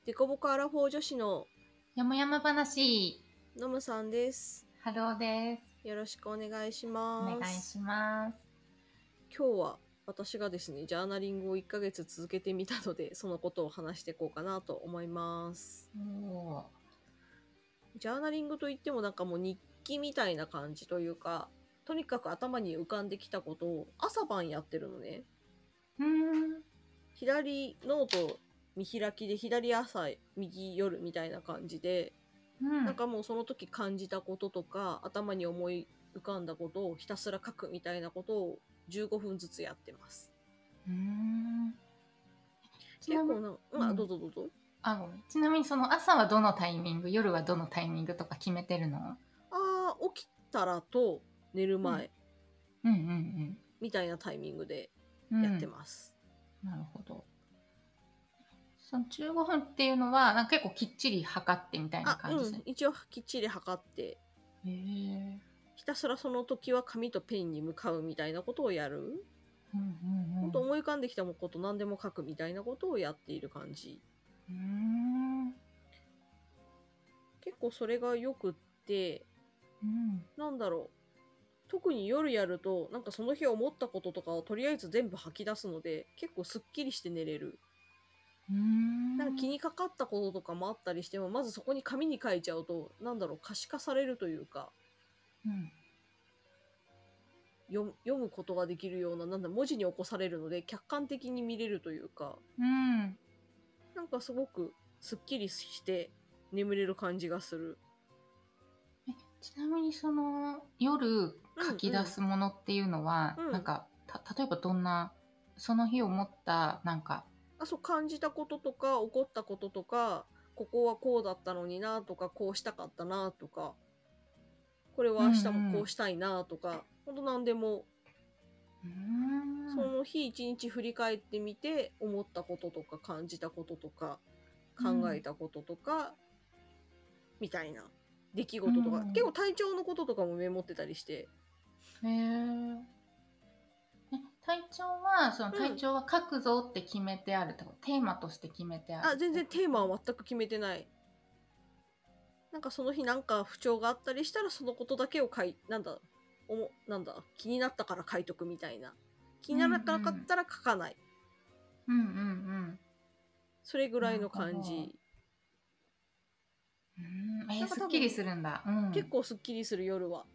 デコボコアラフォー女子のやもやま話、 ノムさんです。 ハローです。 よろしくお願いしおます。 願いします。 今日は私がですね、ジャーナリングを1ヶ月続けてみたので、そのことを話していこうかなと思います。 おー。 ジャーナリングといってもなんかもう日記みたいな感じというか、とにかく頭に浮かんできたことを朝晩やってるのね。左ノート見開きで左朝右夜みたいな感じで、なんかもうその時感じたこととか頭に思い浮かんだことをひたすら書くみたいなことを15分ずつやってます。結構な、どうぞどうぞ。 ごめん。ちなみにその朝はどのタイミング、夜はどのタイミングとか決めてるの？ 起きたらと寝る前みたいなタイミングでやってます。 なるほど。その15分っていうのはなんか結構きっちり測ってみたいな感じですね。 一応きっちり測って、ひたすらその時は紙とペンに向かうみたいなことをやる。本当思い浮かんできたこと何でも書くみたいなことをやっている感じ。結構それがよくって、なんだろう。特に夜やると、なんかその日思ったこととかをとりあえず全部吐き出すので、結構すっきりして寝れる。なんか気にかかったこととかもあったりしても、まずそこに紙に書いちゃうと、なんだろう、可視化されるというか、読むことができるような、文字に起こされるので、客観的に見れるというか、なんかすごくすっきりして眠れる感じがする。 ちなみにその夜書き出すものっていうのは、なんか例えばどんな、その日思ったなんか感じたこととか起こったこととか、ここはこうだったのになとか、こうしたかったなとか、これは明日もこうしたいなとか、ほんと何でも、その日一日振り返ってみて思ったこととか感じたこととか考えたこととか、みたいな出来事とか、結構体調のこととかもメモってたりして。 体調はその体調は書くぞって決めてあるってこと、テーマとして決めてある？ 全然テーマは全く決めてない。なんかその日なんか不調があったりしたらそのことだけを気になったから書いとくみたいな。気にならなかったら書かない。それぐらいの感じ。 すっきりするんだ。 結構すっきりする夜は。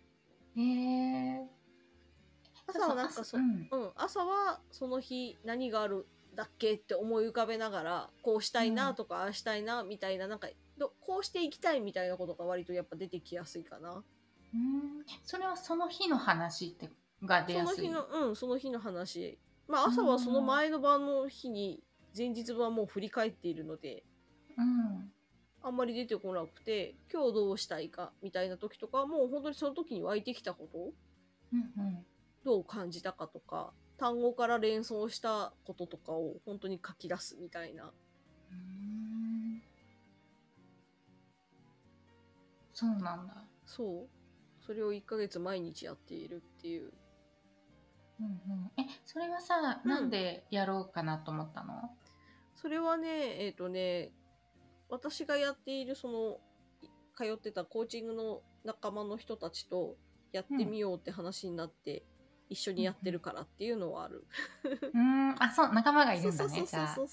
朝はなんか朝はその日何があるだっけって思い浮かべながら、こうしたいなとか、ああしたいなみたいな、なんかこうしていきたいみたいなことが割とやっぱ出てきやすいかな。 それはその日の話ってが出やすい？ その日の話。朝はその前の晩の日に前日はもう振り返っているので、あんまり出てこなくて、今日どうしたいかみたいな時とかはもう本当にその時に湧いてきたこと、どう感じたかとか、単語から連想したこととかを本当に書き出すみたいな。 そうなんだ。 そう。それを1ヶ月毎日やっているっていう。 それはさ、なんでやろうかなと思ったの？ それはね、私がやっている通ってたコーチングの仲間の人たちとやってみようって話になって、一緒にやってるからっていうのはある。 そう、仲間がいるんだね、じゃあ。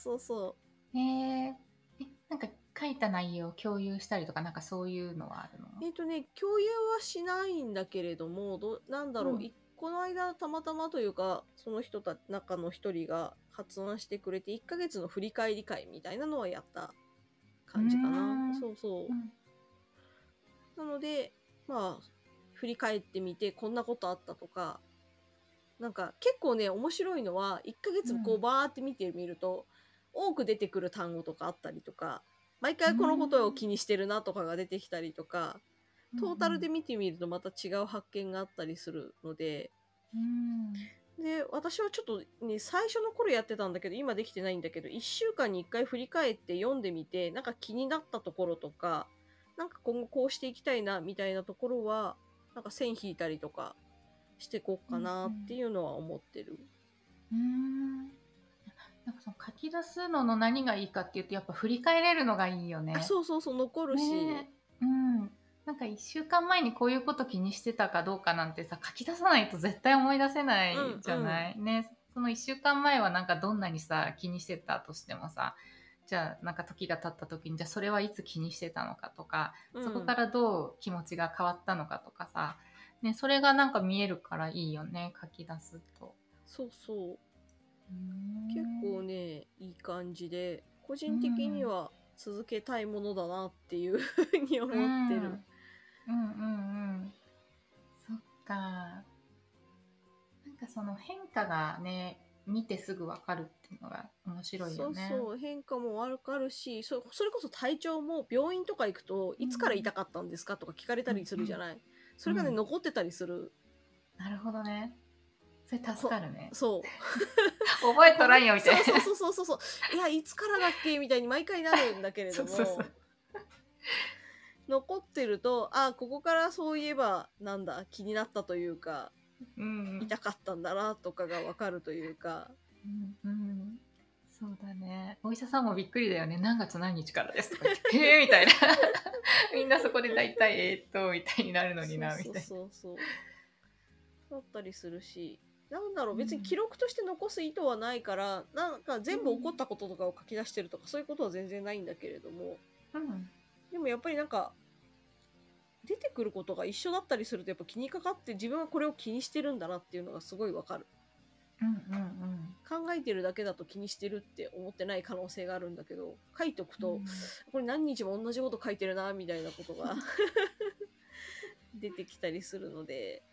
なんか書いた内容を共有したりとか、なんかそういうのはあるの？ 共有はしないんだけれども、この間たまたまというか、その人たち中の一人が発案してくれて、1ヶ月の振り返り会みたいなのはやった感じかな。そうそう。なので、振り返ってみて、こんなことあったとか、なんか結構ね、面白いのは、1ヶ月こうバーって見てみると、多く出てくる単語とかあったりとか、毎回このことを気にしてるなとかが出てきたりとか、トータルで見てみるとまた違う発見があったりするので、で、私はちょっとね、最初の頃やってたんだけど、今できてないんだけど、1週間に1回振り返って読んでみて、なんか気になったところとか、なんか今後こうしていきたいな、みたいなところは、なんか線引いたりとかしてこっかなっていうのは思ってる。 なんかその書き出すのの何がいいかっていうとやっぱ振り返れるのがいいよね。 そうそうそう、残るし、 ね、うん、なんか1週間前にこういうこと気にしてたかどうかなんてさ書き出さないと絶対思い出せないじゃない、ね。その1週間前はなんかどんなにさ気にしてたとしてもさ、じゃあなんか時が経った時にじゃあそれはいつ気にしてたのかとか、そこからどう気持ちが変わったのかとかさ、ね、それがなんか見えるからいいよね、書き出すと。 そうそう、結構ねいい感じで、個人的には続けたいものだなっていうふうに思ってる。 そっか。なんかその変化がね見てすぐ分かるっていうのが面白いよね。 そうそう、変化も悪くあるし、それこそ体調も病院とか行くと、いつから痛かったんですかとか聞かれたりするじゃない。それがね、残ってたりする。 なるほどね。それ助かるね。 そう覚えとらんよみたいな。 そういやいつからだっけみたいに毎回なるんだけれども残ってると、あ、ここからそういえばなんだ気になったというか、痛かったんだなとかが分かるというか、 そうだね。お医者さんもびっくりだよね。何月何日からですとか言ってへえみたいなみんなそこで大体みたいになるのになみたいな。 そうだったりするし、なんだろう、別に記録として残す意図はないから、なんか全部起こったこととかを書き出してるとか、そういうことは全然ないんだけれども、でもやっぱりなんか出てくることが一緒だったりするとやっぱ気にかかって、自分はこれを気にしてるんだなっていうのがすごいわかる。考えてるだけだと気にしてるって思ってない可能性があるんだけど、書いておくと、これ何日も同じこと書いてるなみたいなことが出てきたりするので、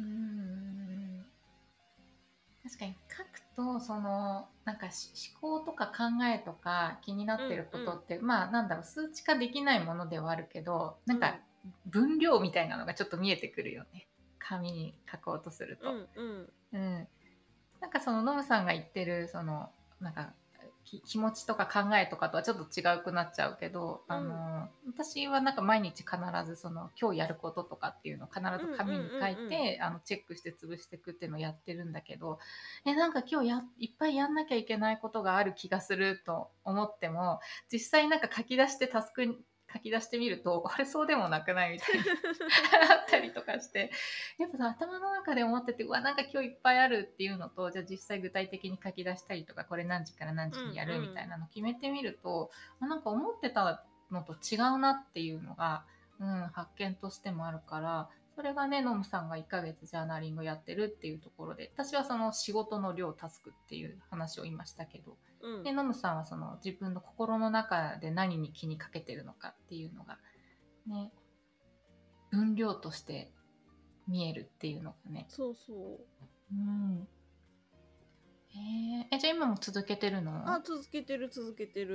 確かに書くとそのなんか思考とか考えとか気になってることって、まあなんだろう、数値化できないものではあるけど、なんか分量みたいなのがちょっと見えてくるよね、紙に書こうとすると。なんかそのノムさんが言ってるそのなんか気持ちとか考えとかとはちょっと違くなっちゃうけど、私はなんか毎日必ずその今日やることとかっていうのを必ず紙に書いてチェックして潰していくっていうのをやってるんだけど、なんか今日いっぱいやんなきゃいけないことがある気がすると思っても、実際なんか書き出してタスクに書き出してみると、あれそうでもなくないみたいなあったりとかして、やっぱさ頭の中で思ってて、うわなんか今日いっぱいあるっていうのと、じゃあ実際具体的に書き出したりとか、これ何時から何時にやるみたいなの決めてみると、なんか思ってたのと違うなっていうのが、発見としてもあるから、それがね、ノムさんが1ヶ月ジャーナリングやってるっていうところで、私はその仕事の量タスクっていう話を言いましたけど、でノムさんはその自分の心の中で何に気にかけてるのかっていうのがね、分量として見えるっていうのがね。 そう。 じゃあ今も続けてるの？ 続けてる。そ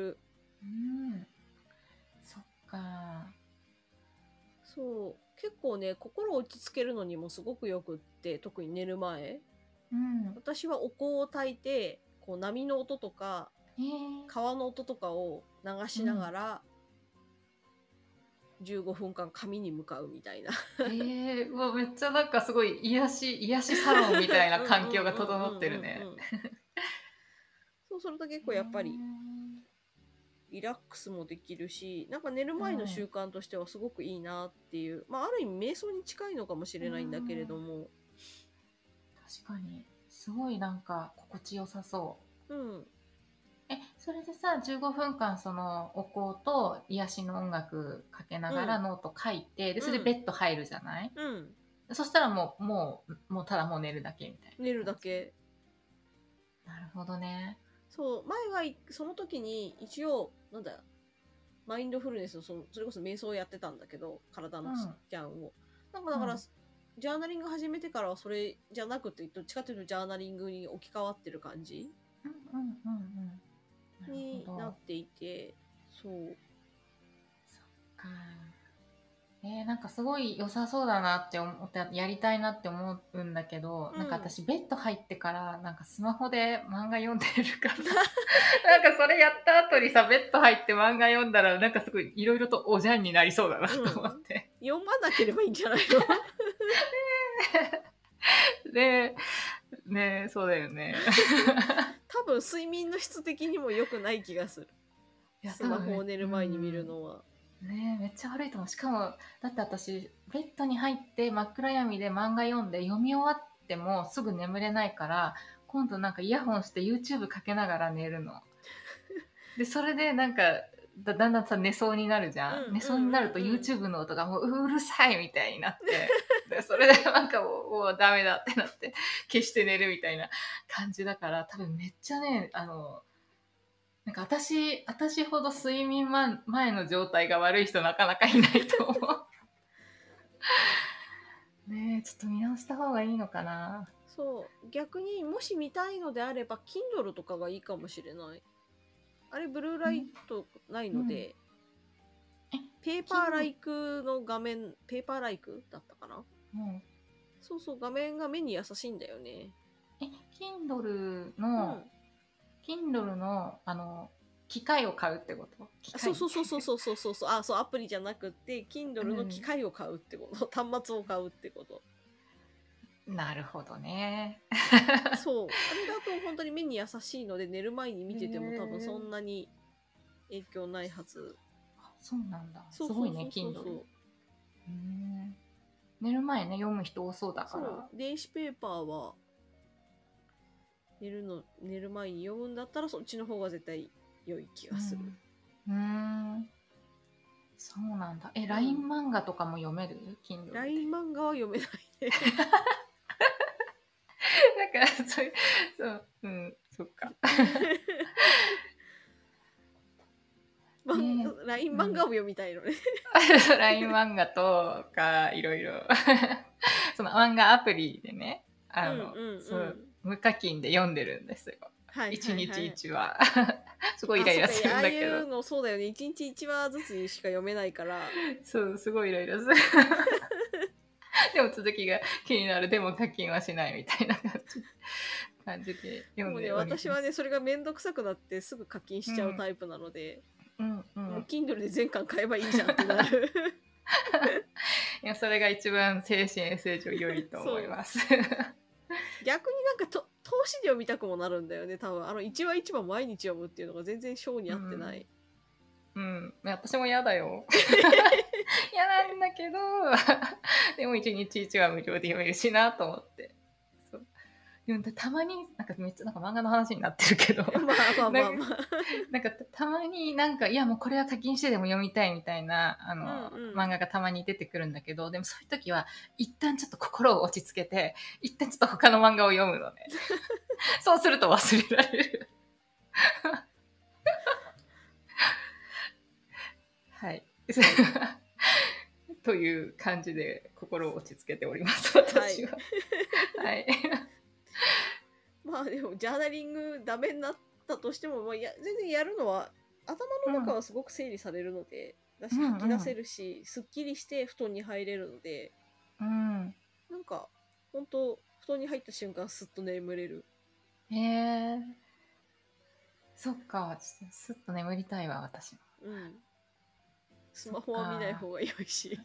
っか。 そう、結構ね、心を落ち着けるのにもすごくよくって、特に寝る前。私はお香を焚いて、こう波の音とか、川の音とかを流しながら、15分間紙に向かうみたいな。 うわめっちゃなんかすごい癒しサロンみたいな環境が整ってるね。 そうすると結構やっぱりリラックスもできるし、なんか寝る前の習慣としてはすごくいいなっていう、ある意味瞑想に近いのかもしれないんだけれども、 確かにすごいなんか心地よさそう。それでさ15分間そのお香と癒しの音楽かけながらノート書いて、でそれでベッド入るじゃない、そしたらもうただもう寝るだけみたいな。 寝るだけ。 なるほどね。 そう、前はその時に一応なんだマインドフルネスのそれこそ瞑想をやってたんだけど、体のスキャンを、だから、ジャーナリング始めてからはそれじゃなくて、どっちかというとジャーナリングに置き換わってる感じになっていて、そう。そっか。なんかすごい良さそうだなって思って、やりたいなって思うんだけど、なんか私ベッド入ってからなんかスマホで漫画読んでるからなんかそれやった後にさベッド入って漫画読んだらなんかすごいいろいろとおじゃんになりそうだなと思って、 読まなければいいんじゃないのねそうだよね多分睡眠の質的にも良くない気がする。 いやスマホを寝る前に見るのは。 ねえ、めっちゃ悪いと思う。しかもだって私ベッドに入って真っ暗闇で漫画読んで読み終わってもすぐ眠れないから、今度なんかイヤホンして YouTube かけながら寝るの。でそれでなんかだんだんさ寝そうになるじゃん。寝そうになると YouTube の音がもううるさいみたいになってでそれでなんかもうダメだってなって消して寝るみたいな感じだから、多分めっちゃねなんか私ほど睡眠前の状態が悪い人なかなかいないと思う。ねえ、ちょっと見直した方がいいのかな。 そう逆にもし見たいのであれば Kindle とかがいいかもしれない。あれブルーライトないので、ペーパーライクの画面、ペーパーライクだったかな、そうそう、画面が目に優しいんだよね。 Kindle の、Kindle の機械を買うってこと？ そうあ、そうアプリじゃなくて Kindle の機械を買うってこと、端末を買うってこと。 なるほどね。 そうあれだと本当に目に優しいので寝る前に見てても多分そんなに影響ないはず。 そうなんだ。すごいね、Kindle。寝る前ね読む人多そうだから。そう電子ペーパーは寝る前に読むんだったらそっちの方が絶対良い気がする。 そうなんだ。LINE 漫画とかも読める？ Kindle で。 LINE 漫画は読めないね。 だからそう、そっか。 LINE 漫画を読みたいのね。 LINE 漫画とかいろいろその漫画アプリでね、無課金で読んでるんですよ。1日1話。すごいイライラするんだけど。 ああいうのそうだよね。1日1話ずつしか読めないから。 そう、すごいイライラする。でも続きが気になる。でも課金はしないみたいな感じで読んでおります。 私はね、それがめんどくさくなってすぐ課金しちゃうタイプなので、もう Kindle で全巻買えばいいじゃんってなる。 いや、それが一番精神衛生上良いと思います。 逆になんか投資で読みたくもなるんだよね、多分。1話1話毎日読むっていうのが全然性に合ってない。 私も嫌だよ。嫌なんだけど、でも1日1話無料で読めるしなと思って。でもたまになんかめっちゃなんか漫画の話になってるけどなんかたまになんかいやもうこれは課金してでも読みたいみたいな漫画がたまに出てくるんだけど、でもそういう時は一旦ちょっと心を落ち着けて一旦ちょっと他の漫画を読むのね。そうすると忘れられる。はいという感じで心を落ち着けております私は。はい。 まあでもジャーナリングダメになったとしても、全然やるのは頭の中はすごく整理されるので、だし吐き出せるし、すっきりして布団に入れるので、なんか本当布団に入った瞬間すっと眠れる。 そっか、ちょっとすっと眠りたいわ私も。 スマホは見ない方が良いし。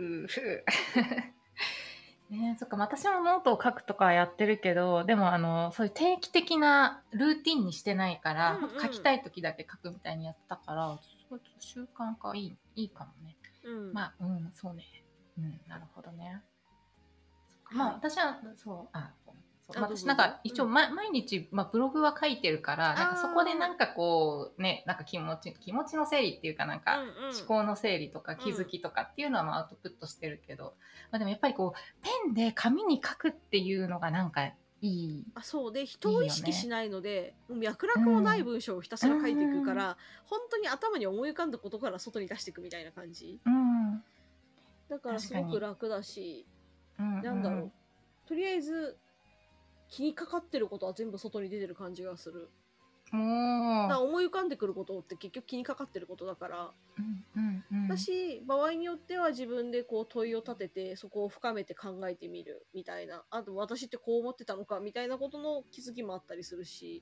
ね、そっか、私もノートを書くとかやってるけど、でもそういう定期的なルーティンにしてないから、書きたい時だけ書くみたいにやったから、習慣化いいかもね。そうね。なるほどね。私は私なんか一応毎日、ブログは書いてるから、なんかそこでなんかこうね、なんか気持ちの整理っていうかなんか思考の整理とか気づきとかっていうのはアウトプットしてるけど、でもやっぱりこうペンで紙に書くっていうのがなんかいい。 そうで人を意識しないので、脈絡もない文章をひたすら書いていくから、本当に頭に思い浮かんだことから外に出していくみたいな感じ。だからすごく楽だし、なんだろう、とりあえず気にかかってることは全部外に出てる感じがする。だから思い浮かんでくることって結局気にかかってることだから、だし場合によっては自分でこう問いを立ててそこを深めて考えてみるみたいな、あと私ってこう思ってたのかみたいなことの気づきもあったりするし。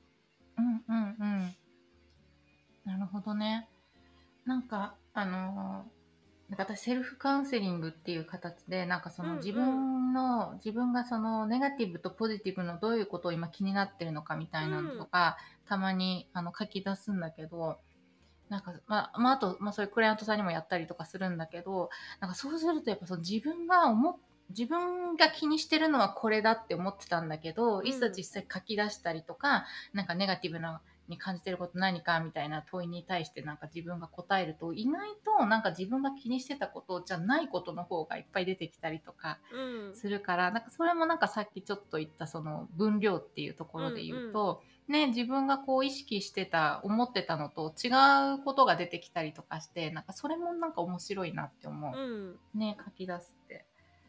なるほどね。なんかなんか私セルフカウンセリングっていう形で、なんかそうんの自うん。 自分がそのネガティブとポジティブのどういうことを今気になってるのかみたいなのとうん。 か、たまに書き出すんだけど、なんか、あと、そういうクライアントさんにもやったりとかするんだけど、なんかそうするとやっぱその自分が気にしてるのはこれだって思ってたんだけど、いざうん。 実際書き出したりとか、なんかネガティブなに感じてること何かみたいな問いに対してなんか自分が答えると、意外となんか自分が気にしてたことじゃないことの方がいっぱい出てきたりとかうん。 するから、なんかそれもなんかさっきちょっと言ったその分量っていうとこうん。 ろで言ううん。 と、ね、自分がこう意識してた、思ってたのと違うことが出てきたりとかして、なんかそれもなんか面白いなって思うん。 う。ね、書き出すって。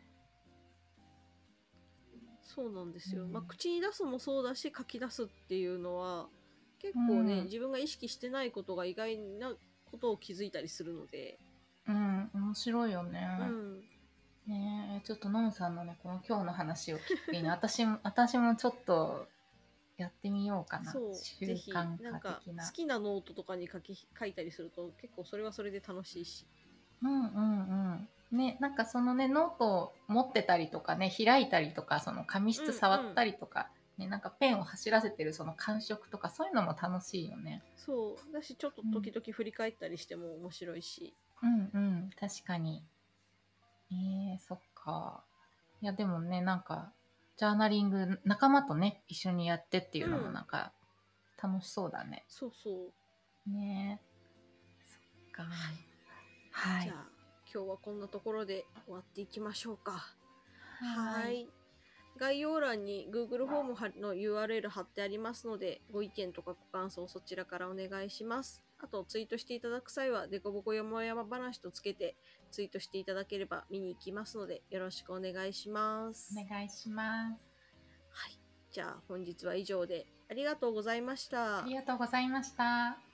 そうなんですよ。まあ、 うん。 口に出すもそうだし、書き出すっていうのは、結う構ね、 ん。 自分が意識してないことが意外なことを気づいたりするので、 うん。面白いよね。 うん。 ねえ、ちょっとのんさんのね、この今日の話をきっかけに、私もちょっとやってみようかな。 そう、ぜ習ひ、 慣化なんか、 的な。 好きなノートとかに書いたりすると、結構それはそれで楽しいし。 うんうんうん。ね、なんかそのね、ノートを持ってたりとかね、開いたりとか、その紙う質触っんうん。 たりとか、ね、なんかペンを走らせてるその感触とか、そういうのも楽しいよね。 そう。だし、ちょっとうん。 時々振り返ったりしても面白いし。 うんうん、確かに。そっか。いや、でもね、なんか、ジャーナリング、仲間とね、一緒にやってっていうのもうん。 なんか、楽しそうだね。 そうそう。 ね。そっか。 はい。 はい。 じゃあ、今日はこんなところで終わっていきましょうか。 はい。 はい。概要欄に Google フォームの URL 貼ってありますので、ご意見とかご感想そちらからお願いします。あと、ツイートしていただく際は、デコボコよもやま話とつけてツイートしていただければ見に行きますので、よろしくお願いします。 お願いします。 はい。じゃあ、本日は以上でありがとうございました。 ありがとうございました。